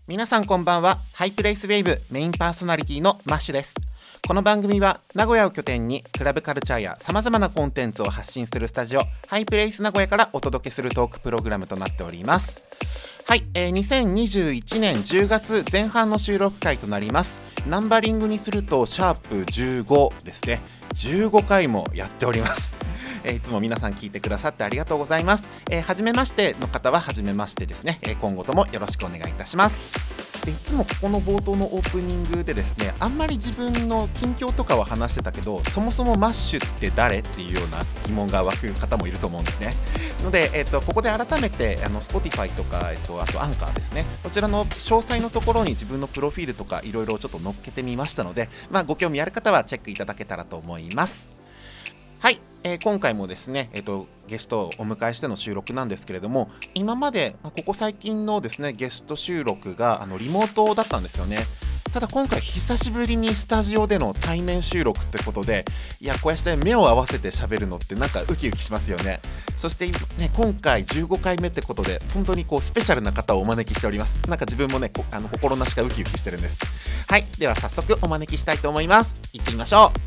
皆さんこんばんは。ハイプレイスウェーブメインパーソナリティのマッシュです。この番組は名古屋を拠点にクラブカルチャーやさまざまなコンテンツを発信するスタジオハイプレイス名古屋からお届けするトークプログラムとなっております。はい、2021年10月前半の収録回となります。ナンバリングにするとシャープ15ですね。15回もやっております。いつも皆さん聞いてくださってありがとうございます。初めましての方は初めましてですね。今後ともよろしくお願いいたします。でいつもここの冒頭のオープニングでですね、あんまり自分の近況とかは話してたけど、そもそもマッシュって誰っていうような疑問が湧く方もいると思うんですね。ので、ここで改めてSpotify とか、あとアンカーですね、こちらの詳細のところに自分のプロフィールとかいろいろちょっと載っけてみましたので、ご興味ある方はチェックいただけたらと思います。はい、今回もですね、ゲストをお迎えしての収録なんですけれども、今まで、ここ最近のですねゲスト収録がリモートだったんですよね。ただ今回久しぶりにスタジオでの対面収録ってことで、いやこうやって目を合わせて喋るのってなんかウキウキしますよね。そして、ね、今回15回目ってことで本当にこうスペシャルな方をお招きしております。なんか自分もね心なしかウキウキしてるんです。はい、では早速お招きしたいと思います。行ってみましょう。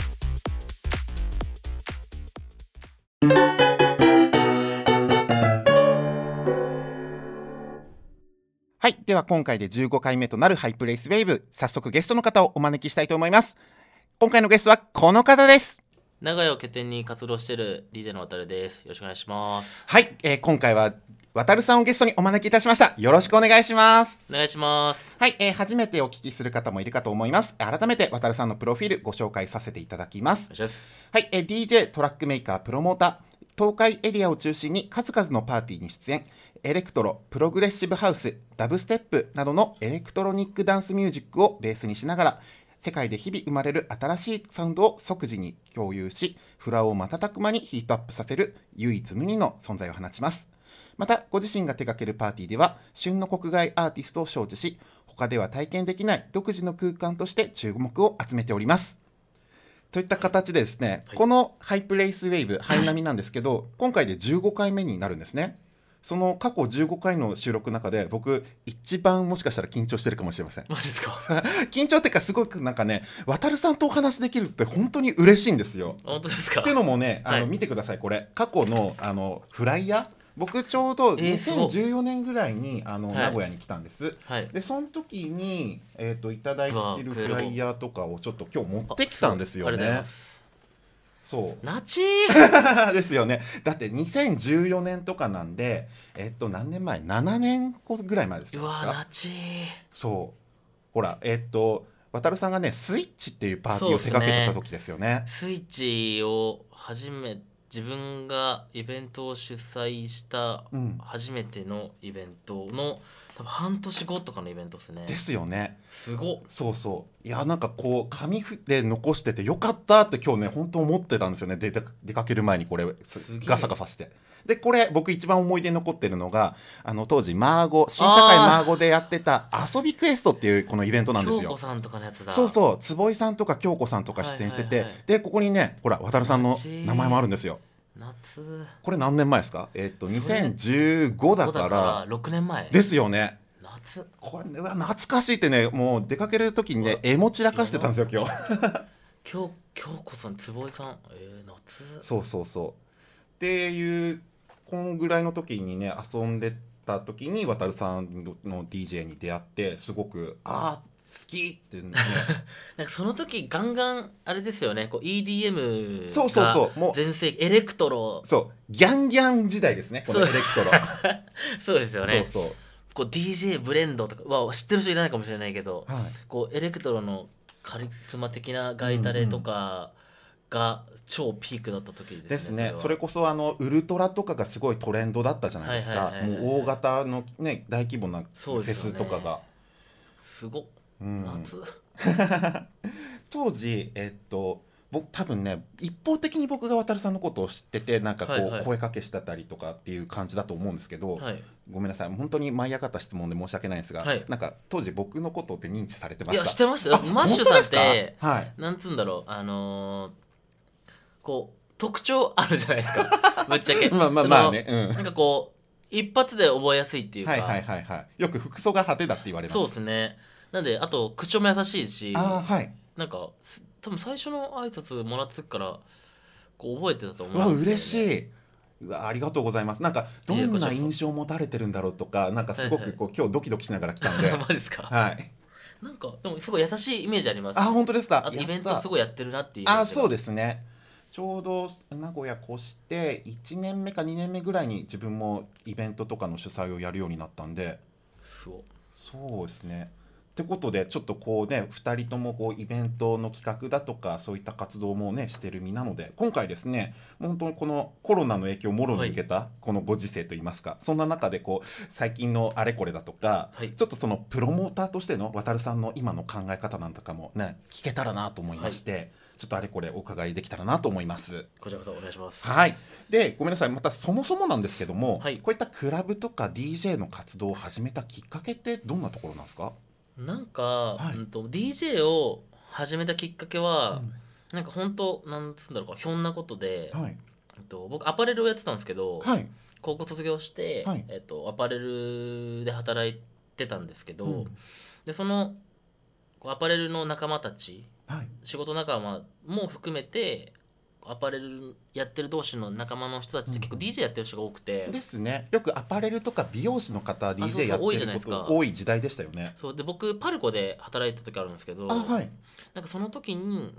はい。では今回で15回目となるハイプレイスウェーブ、早速ゲストの方をお招きしたいと思います。今回のゲストはこの方です。 名古屋を拠点に活動している DJ の渡るです。よろしくお願いします。 はい。今回は渡るさんをゲストにお招きいたしました。よろしくお願いします。 お願いします。 はい。初めてお聞きする方もいるかと思います。改めて渡るさんのプロフィールご紹介させていただきます。 お願いします。 はい。DJ、トラックメーカー、プロモーター、東海エリアを中心に数々のパーティーに出演、エレクトロ、プログレッシブハウス、ダブステップなどのエレクトロニックダンスミュージックをベースにしながら、世界で日々生まれる新しいサウンドを即時に共有し、フラを瞬く間にヒートアップさせる唯一無二の存在を放ちます。また、ご自身が手掛けるパーティーでは、旬の国外アーティストを招致し、他では体験できない独自の空間として注目を集めております。といった形でですね、はい、このハイプレイスウェーブ、ハイナミなんですけど、今回で15回目になるんですね。その過去15回の収録の中で僕一番もしかしたら緊張してるかもしれません。 マジですか？ 緊張っていうかすごくなんかね、渡るさんとお話できるって本当に嬉しいんですよ。 本当ですか？ っていうのもね、 はい、 見てください。これ過去のフライヤー、僕ちょうど2014年ぐらいに名古屋に来たんです、はい、でその時に、いただいてるフライヤーとかをちょっと今日持ってきたんですよね。ありがとうございます。そうナチーですよね。だって2014年とかなんで何年前7年ぐらい前ですか。 うわナチー。 そうほら渡るさんがねスイッチっていうパーティーを手掛けてた時ですよね。 スイッチを自分がイベントを主催した初めてのイベントの、多分半年後とかのイベントですね。 ですよね。 すごっ。 そうそう。いやなんかこう紙で残しててよかったって今日ね本当思ってたんですよね。出かける前にこれガサガサして。でこれ僕一番思い出に残ってるのが当時新境マーゴでやってた遊びクエストっていうこのイベントなんですよ。 京子さんとかのやつだ。 そうそう、坪井さんとか京子さんとか出演してて、でここにねほら渡るさんの名前もあるんですよ。 夏。 これ何年前ですか？2015だから 6年前ですよね。 夏。 これ懐かしいってね、もう出かける時にね絵も散らかしてたんですよ今日。 京子さん、坪井さん、夏。 そうそうそうっていうこんぐらいの時にね遊んでた時に渡るさんの DJ に出会って、すごく好きってねなんかその時ガンガンあれですよね、こう EDM そうもう全盛期、エレクトロ、 そうギャンギャン時代ですね、このエレクトロ。 そうですよね。 そうこう DJ ブレンドとかは知ってる人いないかもしれないけど、 はい、 こうエレクトロのカリスマ的なガイタレとかが超ピークだった時ですね。 それこそウルトラとかがすごいトレンドだったじゃないですか。もう大型のね大規模なフェスとかがすごっ、夏当時僕多分ね一方的に僕が渡るさんのことを知ってて、なんかこう、声かけしてたりとかっていう感じだと思うんですけど、ごめんなさい本当に舞い上がった質問で申し訳ないんですが、なんか当時僕のことって認知されてました？ いやしてました。マッシュさんって、なんつうんだろう、こう特徴あるじゃないですかぶっちゃけ。 まあね、 なんかこう一発で覚えやすいっていうか、 はいはいはいはい。よく服装が派手だって言われます。 そうですね。なんであと口調も優しいし、 はい。 なんか多分最初の挨拶もらった時からこう覚えてたと思うわうんですよね。 嬉しい。うわありがとうございます。なんかどんな印象を持たれてるんだろうとか、なんかすごくこう、今日ドキドキしながら来たんでマジですか。 はい。 なんかでもすごい優しいイメージあります。 本当ですか。 あとイベントすごいやってるなっていうイメージが。 そうですね。ちょうど名古屋越して1年目か2年目ぐらいに自分もイベントとかの主催をやるようになったんで、そうですね。ってことでちょっとこうね2人ともこうイベントの企画だとかそういった活動もねしてる身なので、今回ですね本当にこのコロナの影響をもろに受けたこのご時世といいますか、そんな中でこう最近のあれこれだとか、ちょっとそのプロモーターとしての渡さんの今の考え方なんとかもね聞けたらなと思いまして、ちょっとあれこれお伺いできたらなと思います。 こちらこそお願いします。 はい。でごめんなさい、またそもそもなんですけども、 はい、 こういったクラブとか DJ の活動を始めたきっかけってどんなところなんですか？ なんか、DJ を始めたきっかけは、なんか本当なんつうんだろうか、ひょんなことで、僕アパレルをやってたんですけど、高校卒業して、アパレルで働いてたんですけど、でそのアパレルの仲間たち、仕事仲間も含めてアパレルやってる同士の仲間の人たちって結構 DJ やってる人が多くて、 ですね。よくアパレルとか美容師の方 DJ やってること多い時代でしたよね。 そうで僕パルコで働いてた時あるんですけど、なんかその時に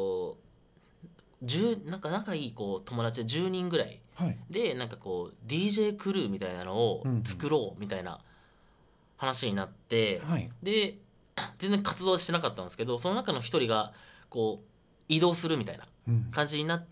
なんか仲いいこう友達で10人ぐらい、でなんかこう DJ クルーみたいなのを作ろうみたいな話になって、で全然活動してなかったんですけど、その中の一人がこう移動するみたいな感じになって、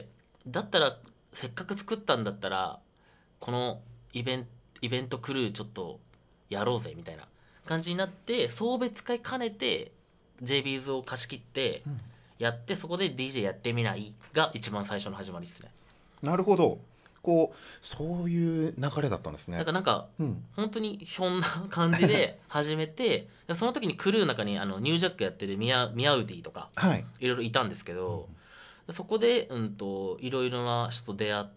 だったらせっかく作ったんだったらこのイベントクルーちょっとやろうぜみたいな感じになって、送別会兼ねて JB's を貸し切ってやって、そこで DJ やってみないが一番最初の始まりですね。 なるほど。こうそういう流れだったんですね。 だからなんか、本当にひょんな感じで始めてその時にクルーの中にニュージャックやってるミアウディとか、いろいろいたんですけど、そこでいろいろな人と出会って、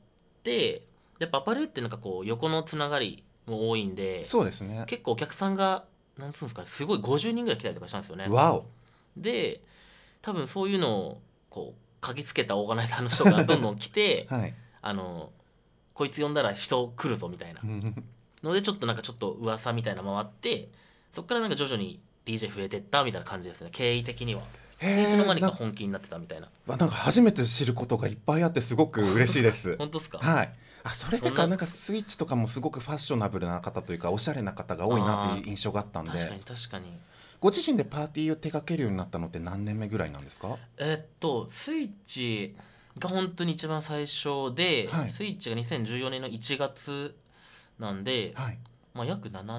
やっぱアパレルってなんかこう横のつながりも多いんで、 そうですね。 結構お客さんがなんつうんですかね、すごい50人ぐらい来たりとかしたんですよね。 わお。 で多分そういうのをこう嗅ぎつけたオーガナイザーの人がどんどん来て、こいつ呼んだら人来るぞみたいなのでちょっと噂みたいな回って、そっからなんか徐々に DJ 増えてったみたいな感じですね、経緯的には。いつの間にか本気になってたみたいな。 なんか初めて知ることがいっぱいあってすごく嬉しいです本当ですか？ それでかなんかスイッチとかもすごくファッショナブルな方というかおしゃれな方が多いなっていう印象があったんで。 確かにご自身でパーティーを手掛けるようになったのって何年目ぐらいなんですか？ スイッチが本当に一番最初で、スイッチが2014年の1月なんで、約7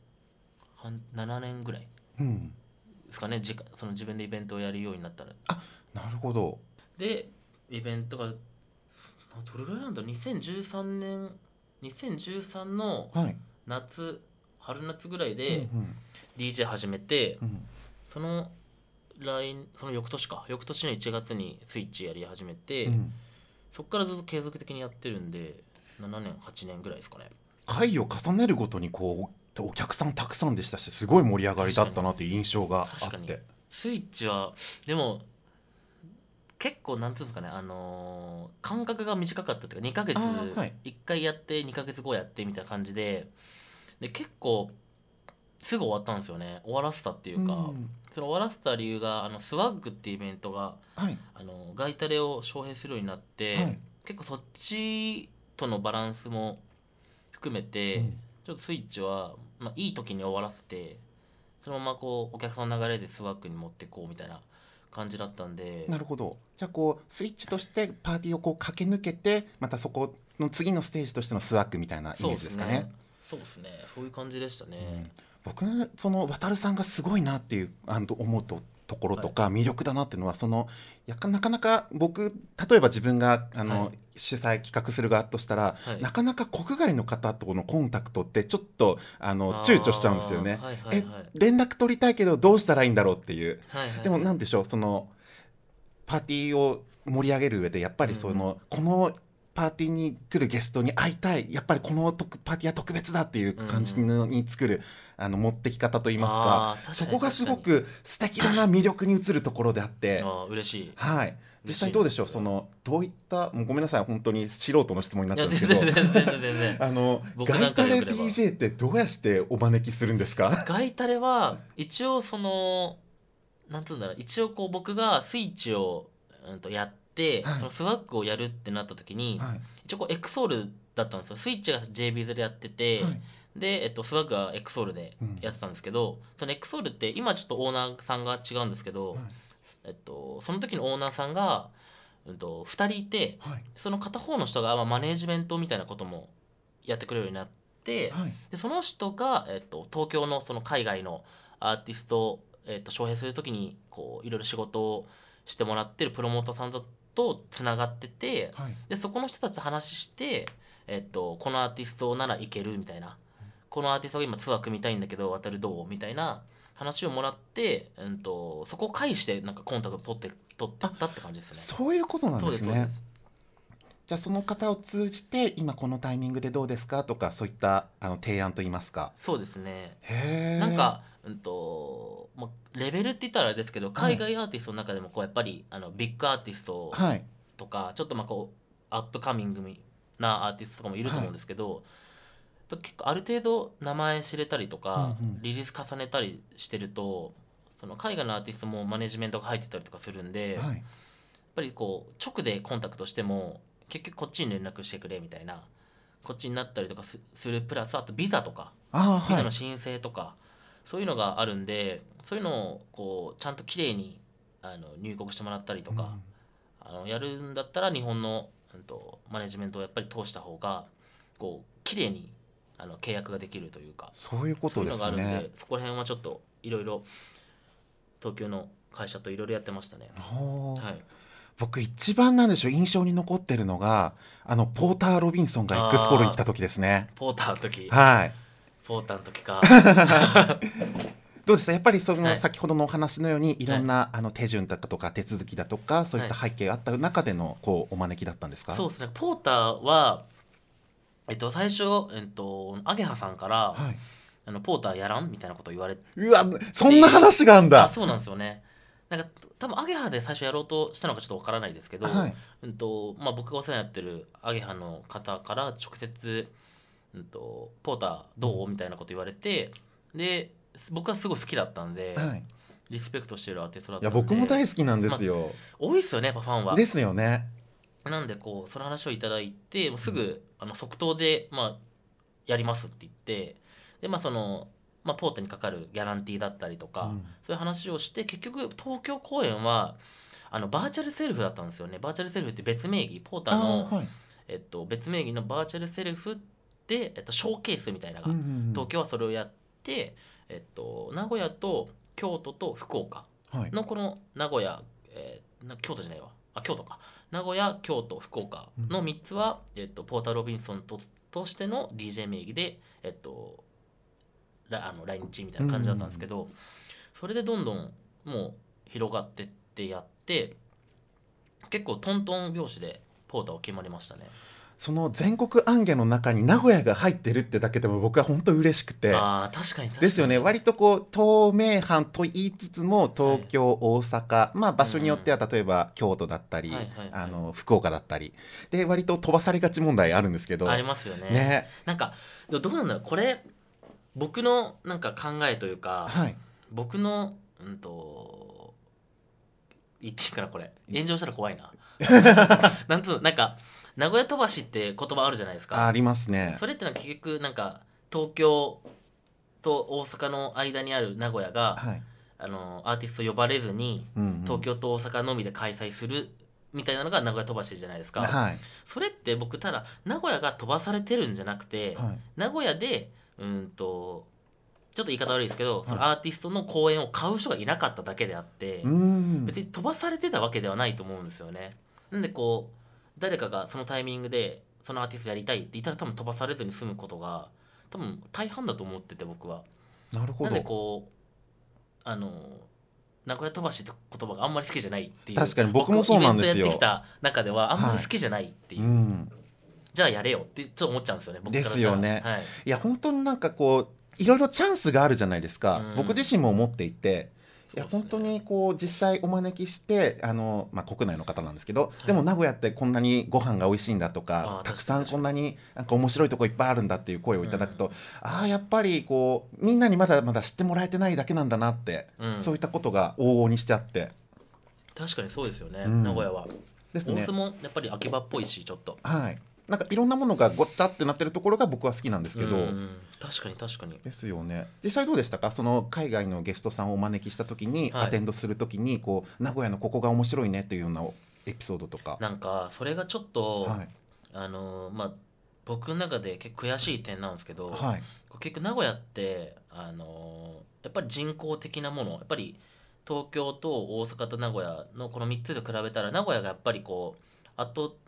年ぐらいですかね、その自分でイベントをやるようになったら。 なるほど。 でイベントがどれぐらいなんだろう、2013の春夏ぐらいで DJ 始めて、その翌年の1月にスイッチやり始めて、そこからずっと継続的にやってるんで7年8年ぐらいですかね。 回を重ねるごとにこうお客さんたくさんでしたし、すごい盛り上がりだったなっていう印象があって。 スイッチはでも結構なんていうんですかね、間隔が短かったというか、2ヶ月1回やって2ヶ月後やってみたいな感じで結構すぐ終わったんですよね。終わらせたっていうか、その終わらせた理由がスワッグっていうイベントが、ガイタレを招聘するようになって、結構そっちとのバランスも含めて、ちょっとスイッチは、いい時に終わらせて、そのままこうお客さんの流れでスワッグに持っていこうみたいな感じだったんで。 なるほど。じゃあこうスイッチとしてパーティーをこう駆け抜けて、またそこの次のステージとしてのスワッグみたいなイメージですかね。 そうですね、そういう感じでしたね。 僕その渡さんがすごいなっていう思うところとか魅力だなっていうのは、なかなか僕例えば自分が主催企画する側としたら、なかなか国外の方とのコンタクトってちょっと躊躇しちゃうんですよね。連絡取りたいけどどうしたらいいんだろうっていう、でもなんでしょう、そのパーティーを盛り上げる上でやっぱりこのパーティーに来るゲストに会いたい、やっぱりこのパーティーは特別だっていう感じに作る、持ってき方といいますか、そこがすごく素敵だな、魅力に映るところであって、 嬉しい。 はい、実際どうでしょう、どういったもうごめんなさい本当に素人の質問になっちゃうんですけどガイタレ DJ ってどうやってお招きするんですか？ ガイタレは一応なんていうんだろう、一応こう僕がスイッチを、やって、 はい、 そのスワッグをやるってなった時に、 はい、 一応こうエクソールだったんですよ。スイッチが JBiz でやってて、 はい、 で、スワッグはエクソールでやってたんですけど、そのエクソールって今ちょっとオーナーさんが違うんですけど、その時のオーナーさんが、2人いて、 はい、 その片方の人が、マネージメントみたいなこともやってくれるようになって、 はい、 でその人が、東京のその海外のアーティストを、招聘する時にこういろいろ仕事をしてもらってるプロモーターさんとつながってて、 はい、 でそこの人たちと話して、このアーティストならいけるみたいな、このアーティストが今ツアー組みたいんだけど渡るどうみたいな話をもらって、そこを介してなんかコンタクト取ってったって感じですね。 そういうことなんですね。 そうです。 じゃあその方を通じて今このタイミングでどうですかとか、そういった提案といいますか。 そうですね。 へー、 なんかレベルって言ったらあれですけど、海外アーティストの中でもこうやっぱりビッグアーティストはいとか、ちょっとこうアップカミングなアーティストとかもいると思うんですけど、やっぱ結構ある程度名前知れたりとか、リリース重ねたりしてると、その海外のアーティストもマネジメントが入ってたりとかするんで、やっぱりこう直でコンタクトしても結局こっちに連絡してくれみたいな、こっちになったりとかするプラス、あとビザとか、ビザの申請とか、そういうのがあるんで、そういうのをこうちゃんときれいに入国してもらったりとか、やるんだったら日本の、マネジメントをやっぱり通した方がこうきれいに契約ができるというか、 そういうことですね。 そういうのがあるんで、そこら辺はちょっといろいろ東京の会社といろいろやってましたね。はい、 僕一番なんでしょう、印象に残ってるのがポーター・ロビンソンが X フォローに来た時ですね。 ポーターの時、 はい、 ポーターの時かどうですか、やっぱりそのはい先ほどのお話のようにいろんな手順だとか手続きだとか、そういった背景があった中でのこうお招きだったんですか？ そうですね。ポーターは、最初、アゲハさんから、 はい、 ポーターやらんみたいなことを言われて、 うわ、そんな話があんだ。 そうなんですよね。なんか多分アゲハで最初やろうとしたのかちょっとわからないですけど、 はい、 僕がお世話になってるアゲハの方から直接、ポーターどうみたいなこと言われて、で僕はすごい好きだったんで、 はい、 リスペクトしてるアーティストだっいやたんで。 僕も大好きなんですよ。 多いっすよね、やっぱファンは。 ですよね。 なんでこうその話をいただいて、もうすぐ、即答で、やりますって言って、でポーターにかかるギャランティーだったりとか、そういう話をして、結局東京公演はバーチャルセルフだったんですよね。バーチャルセルフって別名義、ポーターの、 はい、 別名義のバーチャルセルフで、ショーケースみたいなのが、東京はそれをやって、名古屋と京都と福岡のこの名古屋、京都じゃないわ、京都か、名古屋、京都、福岡の3つは、ポーター・ロビンソンとしての DJ 名義で、来日みたいな感じだったんですけど、それでどんどんもう広がってってやって、結構トントン拍子でポーターを決まりましたね。 その全国アンゲの中に名古屋が入ってるってだけでも僕は本当嬉しくて。 確かにですよね。割とこう東名阪と言いつつも東京、大阪、場所によっては例えば京都だったり、福岡だったりで、割と飛ばされがち問題あるんですけど。 ありますよね。なんかどうなんだろう、これ僕のなんか考えというか、僕の言っていいかな、これ炎上したら怖いななんか名古屋飛ばしって言葉あるじゃないですか。 ありますね。 それって結局なんか東京と大阪の間にある名古屋が、アーティスト呼ばれずに、東京と大阪のみで開催するみたいなのが名古屋飛ばしじゃないですか。それって僕ただ名古屋が飛ばされてるんじゃなくて、名古屋でちょっと言い方悪いですけど、そのアーティストの公演を買う人がいなかっただけであって、別に飛ばされてたわけではないと思うんですよね。なんでこう誰かがそのタイミングでそのアーティストやりたいって言ったら多分飛ばされずに済むことが多分大半だと思ってて、僕は。 なるほど。 なんでこう名古屋飛ばしって言葉があんまり好きじゃないっていう。 確かに僕もそうなんですよ。 イベントやってきた中ではあんまり好きじゃないっていう、 じゃあやれよってちょっと思っちゃうんですよね、僕からしたら。 ですよね、 はい、 いや本当になんかこういろいろチャンスがあるじゃないですか、僕自身も思っていて、いや本当にこう実際お招きして国内の方なんですけど、はい、でも名古屋ってこんなにご飯が美味しいんだとか、たくさんこんなになんか面白いとこいっぱいあるんだっていう声をいただくと、やっぱりこうみんなにまだまだ知ってもらえてないだけなんだなって、そういったことが往々にしてあって。 確かにそうですよね、名古屋はですね。 大須もやっぱり秋葉っぽいし、ちょっとなんかいろんなものがごっちゃってなってるところが僕は好きなんですけど、 確かに確かにですよね。実際どうでしたか、その海外のゲストさんをお招きした時に、アテンドする時にこう名古屋のここが面白いねっていうようなエピソードとか。 なんかそれがちょっと、僕の中で結構悔しい点なんですけど、結局名古屋ってやっぱり人工的なもの、やっぱり東京と大阪と名古屋のこの3つで比べたら、名古屋がやっぱりこう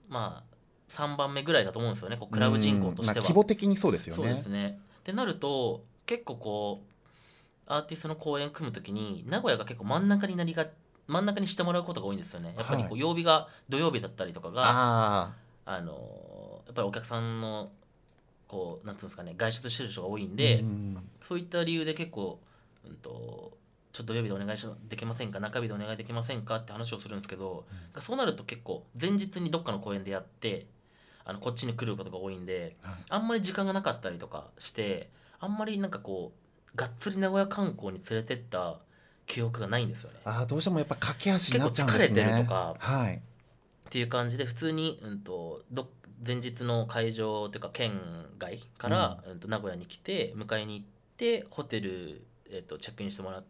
3番目ぐらいだと思うんですよね、こうクラブ人口としては。 規模的にそうですよね。 そうですね。ってなると結構こうアーティストの公演組むときに名古屋が結構真ん中にしてもらうことが多いんですよね。やっぱりこう曜日が土曜日だったりとかが、やっぱりお客さんのこうなんていうんですかね、外出してる人が多いんで、そういった理由で結構ちょっと土曜日でお願いできませんか、中日でお願いできませんかって話をするんですけど、そうなると結構前日にどっかの公演でやってこっちに来ることが多いんで、あんまり時間がなかったりとかして、あんまりなんかこうがっつり名古屋観光に連れてった記憶がないんですよね。 どうしてもやっぱ駆け足になっちゃうんですね。 結構疲れてるとか、っていう感じで普通に、前日の会場というか県外から、名古屋に来て迎えに行ってホテル、チェックインしてもらって、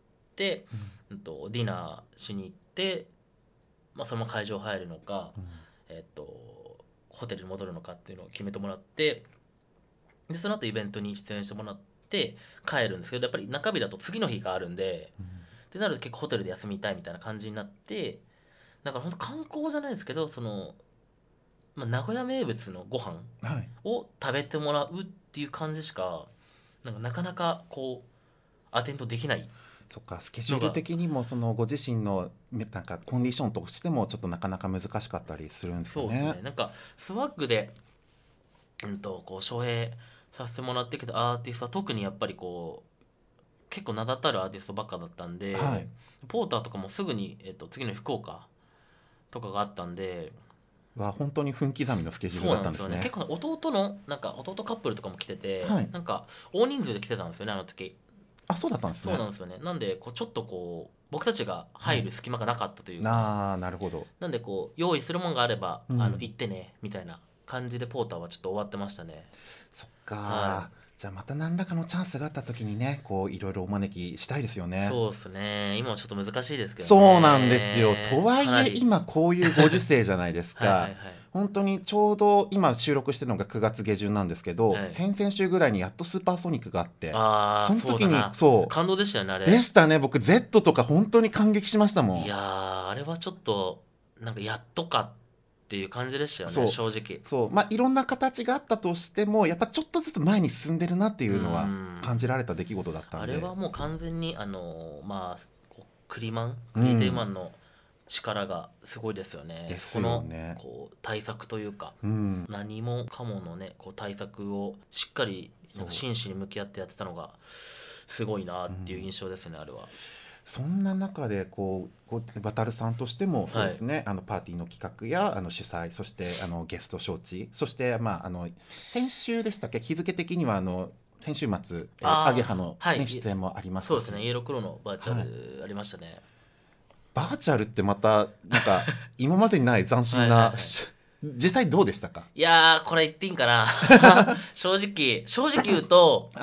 ディナーしに行って、そのまま会場入るのか、ホテルに戻るのかっていうのを決めてもらって、でその後イベントに出演してもらって帰るんですけど、やっぱり中日だと次の日があるんで、ってなると結構ホテルで休みたいみたいな感じになって、だから本当観光じゃないですけど、名古屋名物のご飯を食べてもらうっていう感じしかなかなかこうアテンドできない。 そっか、スケジュール的にもそのご自身のなんかコンディションとしてもちょっとなかなか難しかったりするんですよね。 そうですね。なんかスワッグでこう招聘させてもらってきたアーティストは特にやっぱりこう結構名だたるアーティストばっかだったんで、ポーターとかもすぐに、次の福岡とかがあったんで、 本当に分刻みのスケジュールだったんですね。 結構弟カップルとかも来てて、なんか大人数で来てたんですよね、あの時。 そうだったんですね。 そうなんですよね。なんでこうちょっとこう僕たちが入る隙間がなかったというか、 なるほど。 なんでこう用意するもんがあれば、行ってねみたいな感じでポーターはちょっと終わってましたね。 そっか、じゃあまた何らかのチャンスがあった時にね、こういろいろお招きしたいですよね。 そうですね。今はちょっと難しいですけどね。 そうなんですよ。とはいえ今こういうご時世じゃないですか。本当にちょうど今収録してるのが9月下旬なんですけど、先々週ぐらいにやっとスーパーソニックがあって、その時に感動でしたよね、あれ。 でしたね。僕 Z とか本当に感激しましたもん。 いやー、あれはちょっとなんかやっとかっていう感じでしたよね、正直。 いろんな形があったとしてもやっぱちょっとずつ前に進んでるなっていうのは感じられた出来事だったんで、 あれはもう完全にクリテイマンの力がすごいですよね。 ですよね。 このこう対策というか、何もかものねこう対策をしっかり真摯に向き合ってやってたのがすごいなっていう印象ですね、あれは。 そんな中で渡さんとしてもそうですね、パーティーの企画や主催、そしてゲスト招致、そして先週でしたっけ、日付的には先週末アゲハの、出演もありましたし、 そうですね、イエロークローのバーチャルありましたね。 バーチャルってまたなんか今までにない斬新な実際どうでしたか？ いやー、これ言っていいんかな正直言うと、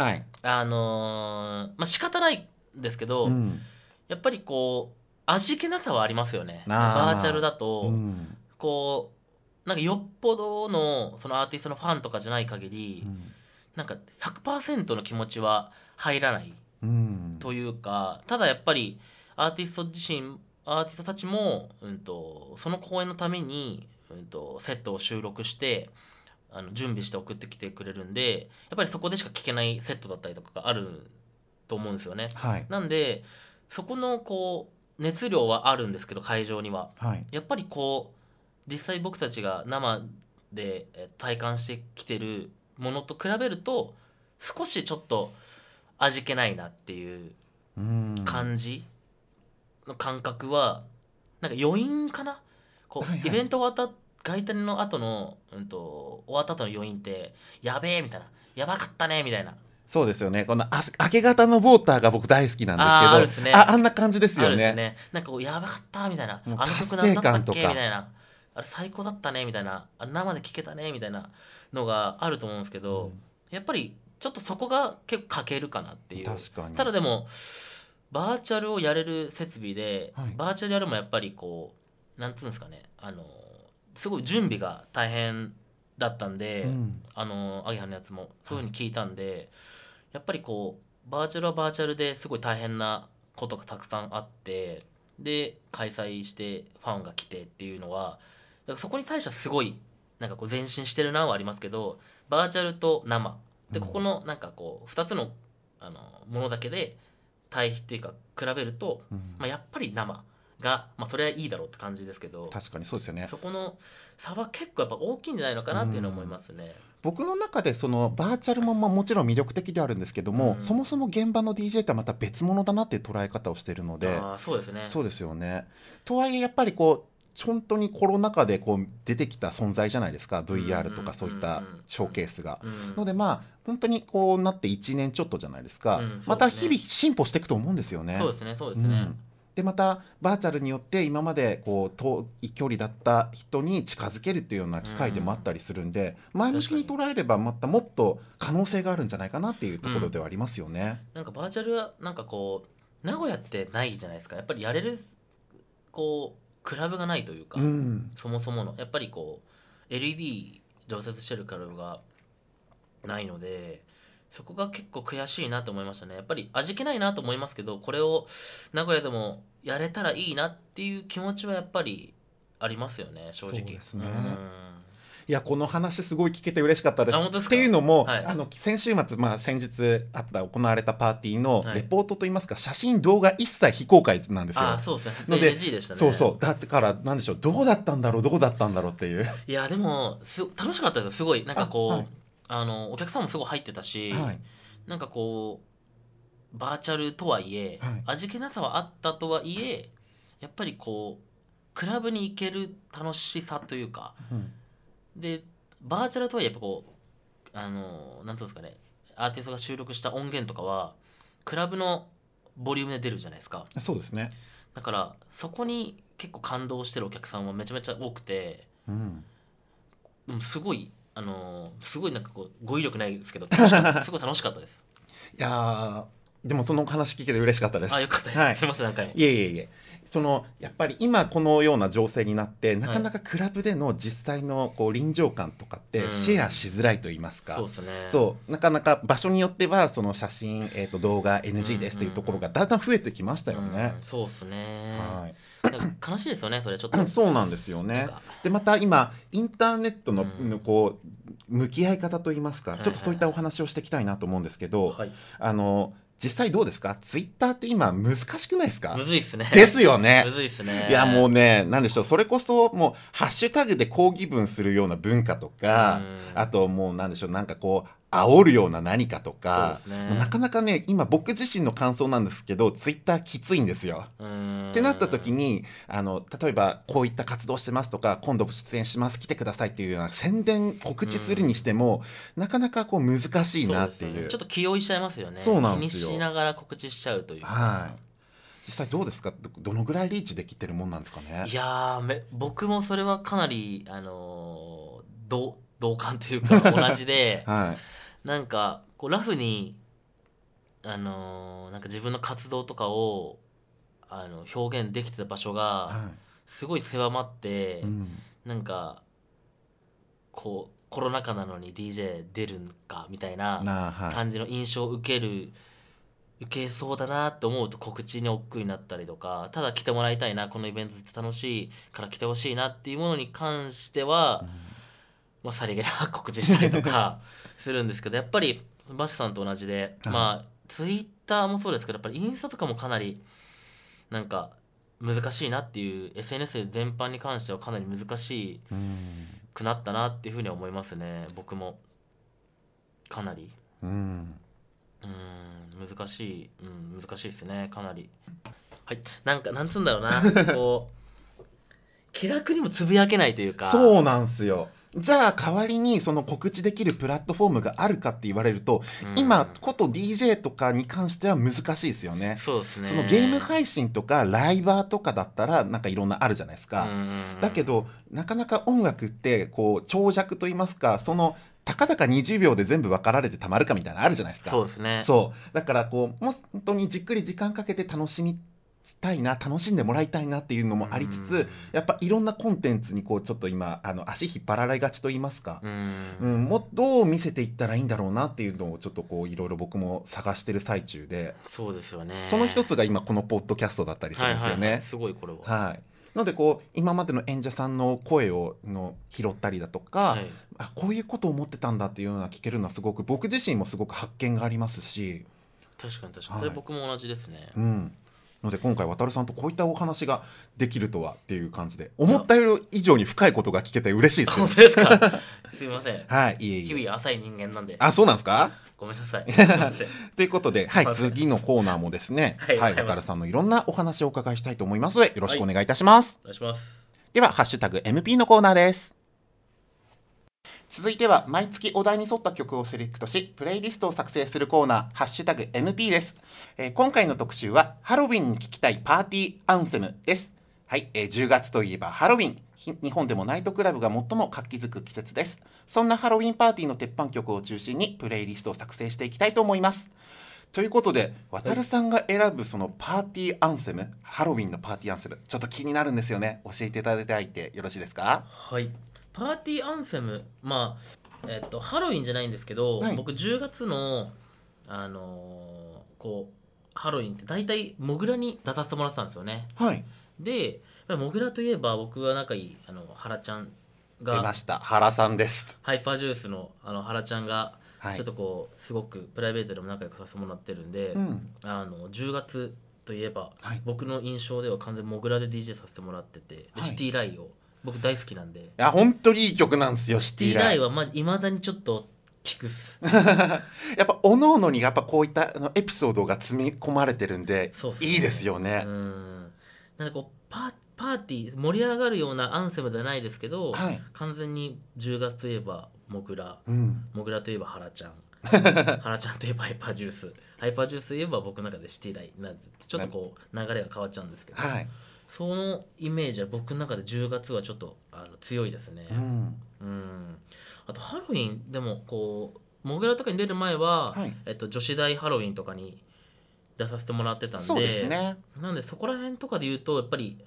仕方ないんですけど、やっぱりこう味気なさはありますよね。バーチャルだと、こうなんかよっぽどのそのアーティストのファンとかじゃない限り、なんか 100% の気持ちは入らないというか、ただやっぱりアーティストたちも、その公演のために、セットを収録して準備して送ってきてくれるんで、やっぱりそこでしか聞けないセットだったりとかがあると思うんですよね。なんでそこのこう熱量はあるんですけど、会場には、やっぱりこう実際僕たちが生で体感してきてるものと比べると少しちょっと味気ないなっていう感じの感覚はなんか余韻かな。こう、 はいはい、 イベント終わった外タの後の、終わった後の余韻ってやべえみたいな、やばかったねみたいな。 そうですよね。この明け方のウォーターが僕大好きなんですけど、 あるっすね。 あんな感じですよね。 あるっすね。なんかこうやばかったみたいな、あの曲達成何だった感とかっけみたいな、あれ最高だったねみたいな、あれ生で聴けたねみたいなのがあると思うんですけど、やっぱりちょっとそこが結構欠けるかなっていう。 確かに。 ただでもバーチャルをやれる設備で、バーチャルやるもやっぱりこうなんつうんですかね、すごい準備が大変だったんで、アゲハのやつもそういう風に聞いたんで、やっぱりこうバーチャルはバーチャルですごい大変なことがたくさんあって、で開催してファンが来てっていうのは、だからそこに対してはすごいなんかこう前進してるなはありますけど、バーチャルと生でここのなんかこう2つのものだけで対比っていうか比べると、やっぱり生が、それはいいだろうって感じですけど、 確かにそうですよね。 そこの差は結構やっぱ大きいんじゃないのかなっていうのは思いますね。 僕の中でそのバーチャルももちろん魅力的であるんですけども、そもそも現場の DJ とはまた別物だなっていう捉え方をしているので。 そうですね。 そうですよね。とはいえやっぱりこう本当にコロナ禍でこう出てきた存在じゃないですか、 VR とかそういったショーケースが。ので本当にこうなって1年ちょっとじゃないですか、また日々進歩していくと思うんですよね。 そうですね、そうですね。 でまたバーチャルによって今までこう遠い距離だった人に近づけるっていうような機会でもあったりするんで、前向きに捉えればまたもっと可能性があるんじゃないかなっていうところではありますよね。 なんかバーチャルはなんかこう名古屋ってないじゃないですか。やっぱりやれるこうクラブがないというか、そもそものやっぱりこう LED 常設してるクラブがないので、そこが結構悔しいなと思いましたね。やっぱり味気ないなと思いますけど、これを名古屋でもやれたらいいなっていう気持ちはやっぱりありますよね、正直。 そうですね。いやこの話すごい聞けて嬉しかったです。 本当ですか？ っていうのも、 はい、 先週末、先日行われたパーティーのレポートといいますか、写真動画一切非公開なんですよ。 そうですね。 ので NG でしたね。 そうだってからなんでしょう、どうだったんだろうっていう。 いやでも楽しかったですよ。すごいなんかこうお客さんもすごい入ってたし、なんかこうバーチャルとはいえ、味気なさはあったとはいえ、やっぱりこうクラブに行ける楽しさというか、でバーチャルとはいえやっぱこうなんていうんですかね、アーティストが収録した音源とかはクラブのボリュームで出るじゃないですか。 そうですね。 だからそこに結構感動してるお客さんはめちゃめちゃ多くて、でもすごいすごいなんかこう語彙力ないですけどすごい楽しかったです。 いやでもその話聞けて嬉しかったです。 よかったです。すみません、何回も。 いえやっぱり今このような情勢になってなかなかクラブでの実際のこう臨場感とかってシェアしづらいと言いますか、 そうですね。 そうなかなか場所によってはその写真、動画 NG ですというところがだんだん増えてきましたよね。 そうですね。なんか悲しいですよね、それちょっと。 そうなんですよね。でまた今インターネットのこう向き合い方といいますか、ちょっとそういったお話をしていきたいなと思うんですけど、実際どうですか？ツイッターって今難しくないですか？ むずいっすね。 ですよね。 むずいっすね。 いやもうね、なんでしょう、それこそもうハッシュタグで抗議文するような文化とか、あともうなんでしょう、なんかこう煽るような何かとか、なかなかね、今僕自身の感想なんですけど、ツイッターきついんですよ。ってなった時に例えばこういった活動してますとか、今度出演します、来てくださいっていうような宣伝告知するにしても、なかなかこう難しいなっていう。 ちょっと気負いしちゃいますよね。 そうなんですよ。 気にしながら告知しちゃうというか。 実際どうですか？どのぐらいリーチできてるもんなんですかね？ いや僕もそれはかなり同感というか同じで、なんかこうラフになんか自分の活動とかを表現できてた場所がすごい狭まって、なんかこうコロナ禍なのに DJ 出るんかみたいな感じの印象を受けそうだなと思うと告知に億劫になったりとか、ただ来てもらいたいな、このイベントって楽しいから来てほしいなっていうものに関しては、さりげなく告知したりとかするんですけど、やっぱりバシさんと同じで、ツイッターもそうですけど、やっぱりインスタとかもかなりなんか難しいなっていう、 SNS 全般に関してはかなり難しくなったなっていうふうに思いますね。僕もかなり難しい、難しいですね、かなり。はい、なんつうんだろうなこう気楽にもつぶやけないというか。 そうなんすよ。じゃあ代わりにその告知できるプラットフォームがあるかって言われると、今こと DJ とかに関しては難しいですよね。 そうですね。 そのゲーム配信とかライバーとかだったらなんかいろんなあるじゃないですか。だけどなかなか音楽ってこう長尺と言いますか、そのたかだか20秒で全部分かられてたまるかみたいなのあるじゃないですか。 そうですね。 そうだからこうもう本当にじっくり時間かけて楽しんでもらいたいなっていうのもありつつ、やっぱいろんなコンテンツにこうちょっと今足引っ張られがちと言いますか、もっとどう見せていったらいいんだろうなっていうのをちょっとこういろいろ僕も探してる最中で。 そうですよね。 その一つが今このポッドキャストだったりするんですよね。 すごいこれは。 はい。なのでこう今までの演者さんの声を拾ったりだとか、こういうことを思ってたんだっていうのが聞けるのはすごく僕自身もすごく発見がありますし。 確かにそれ僕も同じですね。 ので今回渡るさんとこういったお話ができるとはっていう感じで、思ったより以上に深いことが聞けて嬉しいです。 本当ですかすいません。 はい、いえいえ。 日々浅い人間なんで。 あ、そうなんですか。 ごめんなさい。 ということで、はい、次のコーナーもですね、はい、渡るさんのいろんなお話をお伺いしたいと思いますので、よろしくお願いいたします。 お願いします。 では、ハッシュタグ MP のコーナーです。続いては毎月お題に沿った曲をセレクトしプレイリストを作成するコーナーハッシュタグ MP です。今回の特集はハロウィンに聴きたいパーティーアンセムです。はい、10月といえばハロウィン、日本でもナイトクラブが最も活気づく季節です。そんなハロウィンパーティーの鉄板曲を中心にプレイリストを作成していきたいと思います。ということで渡るさんが選ぶそのパーティーアンセム、ハロウィンのパーティーアンセムちょっと気になるんですよね。教えていただいてよろしいですか。 はい、パーティーアンセム、ハロウィンじゃないんですけど、僕10月のこうハロウィンって大体モグラに出させてもらってたんですよね。でモグラといえば僕が仲いい原ちゃんが出ました。原さんです。 ハイパージュースの原ちゃんがちょっとこうすごくプライベートでも仲良くさせてもらってるんで、10月といえば、僕の印象では完全にモグラで DJ させてもらってて、シティライを僕大好きなんで。いや本当にいい曲なんですよ。シティライはいまだにちょっと聞くっすやっぱ各々にやっぱこういったエピソードが積み込まれてるんで、いいですよね。 なんかこうパーティー盛り上がるようなアンセムではないですけど、完全に10月といえばモグラ、モグラといえば原ちゃん原ちゃんといえばハイパージュースといえば僕の中でシティライなんてちょっとこう流れが変わっちゃうんですけど、そのイメージは僕の中で10月はちょっと強いですね。あとハロウィンでもこうモグラとかに出る前は、女子大ハロウィンとかに出させてもらってたんで、 そうですね。 なんでそこら辺とかで言うとやっぱり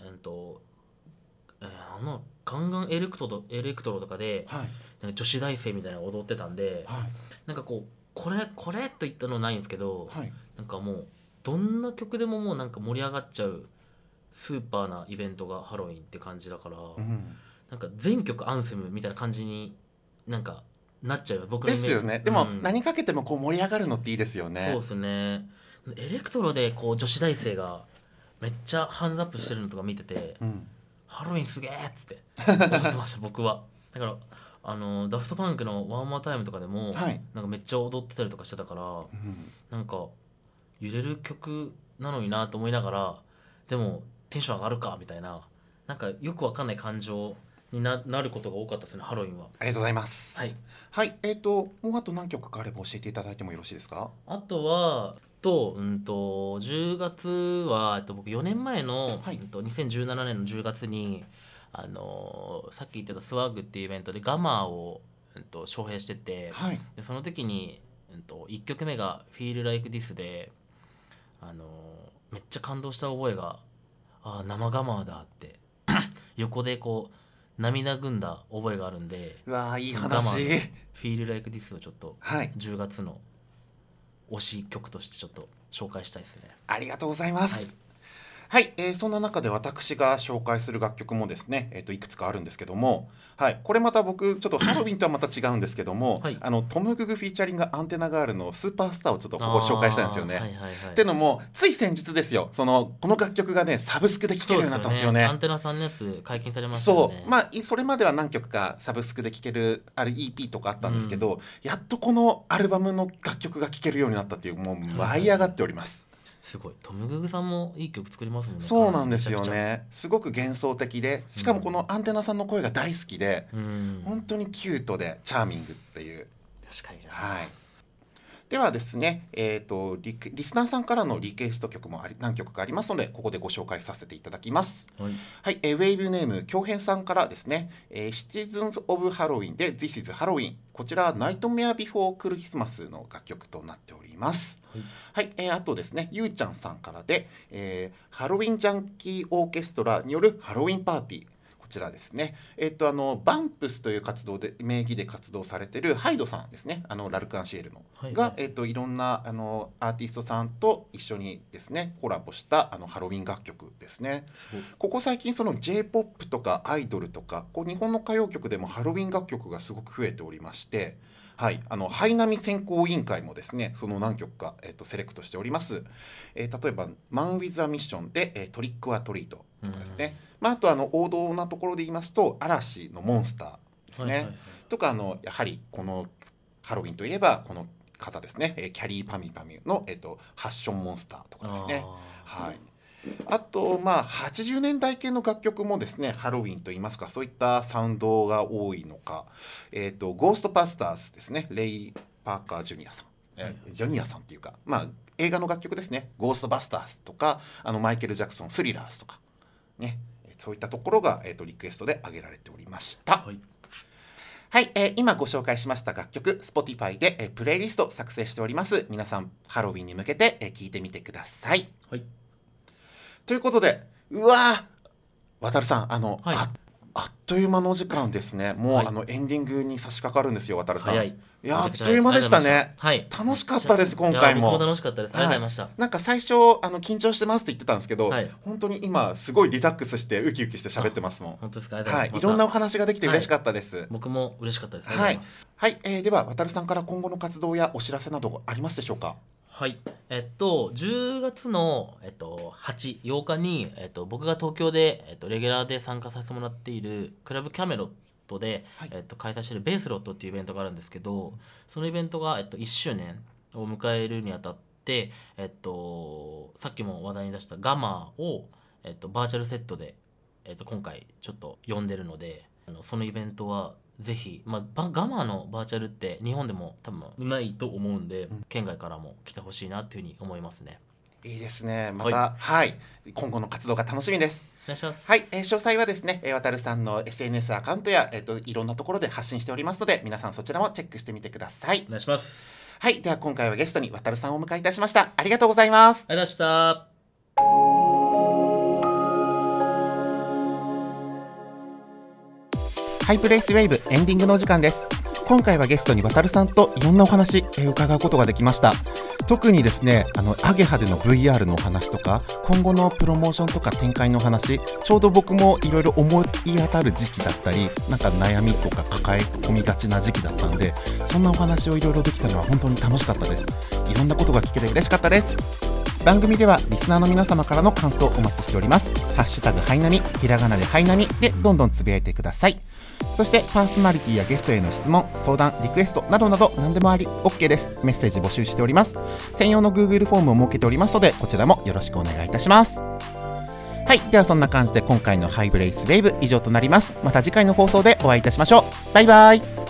ガンガンエレクトロとかで、なんか女子大生みたいなの踊ってたんで、なんかこうこれといったのないんですけど、なんかもうどんな曲でももうなんか盛り上がっちゃうスーパーなイベントがハロウィンって感じだから、なんか全曲アンセムみたいな感じになんかなっちゃう僕のイメージですよね。でも、何かけてもこう盛り上がるのっていいですよね。 そうですね。エレクトロでこう女子大生がめっちゃハンズアップしてるのとか見てて、ハロウィンすげえっつって思ってました僕は。だからダフトパンクのワンモアタイムとかでも、なんかめっちゃ踊ってたりとかしてたから、なんか揺れる曲なのになと思いながら、でもテンション上がるかみたいな、なんかよくわかんない感情に なることが多かったですね、ハロウィンは。 ありがとうございます。 はい、 もうあと何曲かあれば教えていただいてもよろしいですか。 あとは10月は僕4年前の、2017年の10月にさっき言ってたスワッグっていうイベントでガマーを、招聘してて、でその時に、1曲目が Feel Like This で、めっちゃ感動した覚えが生ガマーだって横でこう涙ぐんだ覚えがあるんで、 うわいい話。 Feel Like This をちょっと10月の推し曲としてちょっと紹介したいですね。 ありがとうございます。 はい、そんな中で私が紹介する楽曲もですね、いくつかあるんですけども、はい、これまた僕ちょっとハロウィンとはまた違うんですけども、はい、トム・ググフィーチャリングアンテナガールのスーパースターをちょっとここ紹介したいんですよね。っていうのもつい先日ですよ、この楽曲がねサブスクで聴けるようになったんですよね。 アンテナさんのやつ解禁されましたよね。 そう、それまでは何曲かサブスクで聴けるEP とかあったんですけど、やっとこのアルバムの楽曲が聴けるようになったっていう、もう舞い上がっております。 すごい、トム・ググさんもいい曲作りますもんね。 そうなんですよね。すごく幻想的で、しかもこのアンテナさんの声が大好きで、本当にキュートでチャーミングっていう。 確かにな。 はい。ではですね、リスナーさんからのリクエスト曲も何曲かありますので、ここでご紹介させていただきます。はい、はい、ウェイブネーム京平さんからですね、Citizens of Halloween で This is Halloween、 こちらナイトメアビフォークリスマスの楽曲となっております。はい、あとですね、ゆうちゃんさんからで、ハロウィンジャンキーオーケストラによるハロウィンパーティー、こちらですね、バンプスという活動で名義で活動されているハイドさんですね、ラルク・アンシエルの、はい、が、いろんなアーティストさんと一緒にですねコラボしたハロウィン楽曲ですね。ここ最近その J-POP とかアイドルとか日本の歌謡曲でもハロウィン楽曲がすごく増えておりまして、はい、ハイナミ選考委員会もですねその何曲か、セレクトしております。例えばマン・ウィズ・ア・ミッションで、トリック・ア・トリートとかですね、あと王道なところで言いますと嵐のモンスターですね、とかやはりこのハロウィンといえばこの方ですね、キャリーパミュパミュの、ハッションモンスターとかですね。はい、あと80年代系の楽曲もですねハロウィンといいますかそういったサウンドが多いのか、ゴーストバスターズですね、レイ・パーカー・ジュニアさん、ジュニアさんっていうか映画の楽曲ですね、ゴーストバスターズとかマイケル・ジャクソンスリラーズとかね、そういったところが、リクエストで挙げられておりました。はい、はい、今ご紹介しました楽曲 Spotify で、プレイリスト作成しております。皆さんハロウィンに向けて、聴いてみてください。はい、ということで、うわー、渡るさんはい、あっという間のお時間ですね。もう、はい、エンディングに差し掛かるんですよ、渡るさん。早い。いや、あっという間でしたね。はい、楽しかったです、今回も。 僕も楽しかったです。ありがとうございました。 なんか最初緊張してますって言ってたんですけど、はい、本当に今すごいリラックスしてウキウキして喋ってますもん。 本当ですか。 はい、いろんなお話ができて嬉しかったです。はい、 僕も嬉しかったです。 はい、はい、では渡るさんから今後の活動やお知らせなどありますでしょうか。 はい、10月の、8日に、僕が東京で、レギュラーで参加させてもらっているクラブキャメロットで、はい、開催しているベースロットっていうイベントがあるんですけど、そのイベントが、1周年を迎えるにあたって、さっきも話題に出したガマを、バーチャルセットで、今回ちょっと呼んでるので、そのイベントはぜひ、ガマのバーチャルって日本でも多分ないと思うんで、県外からも来てほしいなっていうふうに思いますね。 いいですね。また、はい、今後の活動が楽しみです。 お願いします。 はい、詳細はですね、渡るさんの SNS アカウントや、いろんなところで発信しておりますので、皆さんそちらもチェックしてみてください。 お願いします。 はい、では今回はゲストに渡るさんをお迎えいたしました。ありがとうございます。 ありがとうございました。 ハイプレイスウェーブエンディングのお時間です。今回はゲストに渡るさんといろんなお話、伺うことができました。特にですね、アゲハでの VR のお話とか、今後のプロモーションとか展開のお話、ちょうど僕もいろいろ思い当たる時期だったり、なんか悩みとか抱え込みがちな時期だったんで、そんなお話をいろいろできたのは本当に楽しかったです。いろんなことが聞けて嬉しかったです。番組ではリスナーの皆様からの感想をお待ちしております。ハッシュタグハイナミ、ひらがなでハイナミでどんどんつぶやいてください。そしてパーソナリティやゲストへの質問、相談、リクエストなどなど何でもあり OK です。メッセージ募集しております。専用の Google フォームを設けておりますので、こちらもよろしくお願いいたします。はい、ではそんな感じで今回のハイブレイスウェーブ以上となります。また次回の放送でお会いいたしましょう。バイバイ。